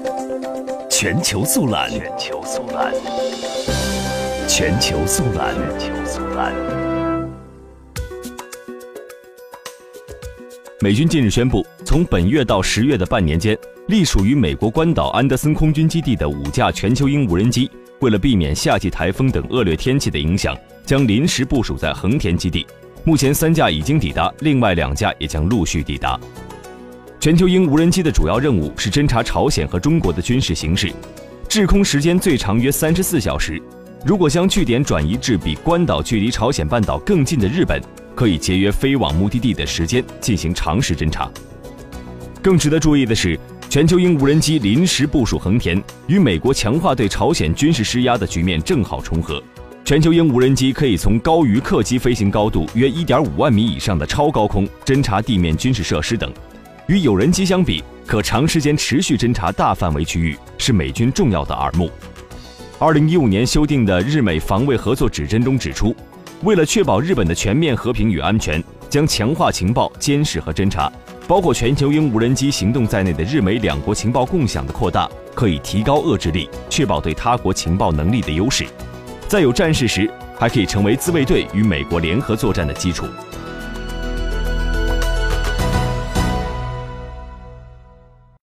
全球速览，全球速览。美军近日宣布，从本月到10月的半年间，隶属于美国关岛安德森空军基地的5架全球鹰无人机，为了避免夏季台风等恶劣天气的影响，将临时部署在横田基地。目前3架已经抵达，另外2架也将陆续抵达。全球鹰无人机的主要任务是侦察朝鲜和中国的军事形势，滞空时间最长约34小时。如果将据点转移至比关岛距离朝鲜半岛更近的日本，可以节约飞往目的地的时间，进行长时侦察。更值得注意的是，全球鹰无人机临时部署横田，与美国强化对朝鲜军事施压的局面正好重合。全球鹰无人机可以从高于客机飞行高度约 1.5 万米以上的超高空侦察地面军事设施等，与有人机相比，可长时间持续侦察大范围区域，是美军重要的耳目。2015年修订的日美防卫合作指针中指出，为了确保日本的全面和平与安全，将强化情报监视和侦察，包括全球鹰无人机行动在内的日美2国情报共享的扩大，可以提高遏制力，确保对他国情报能力的优势。在有战事时，还可以成为自卫队与美国联合作战的基础。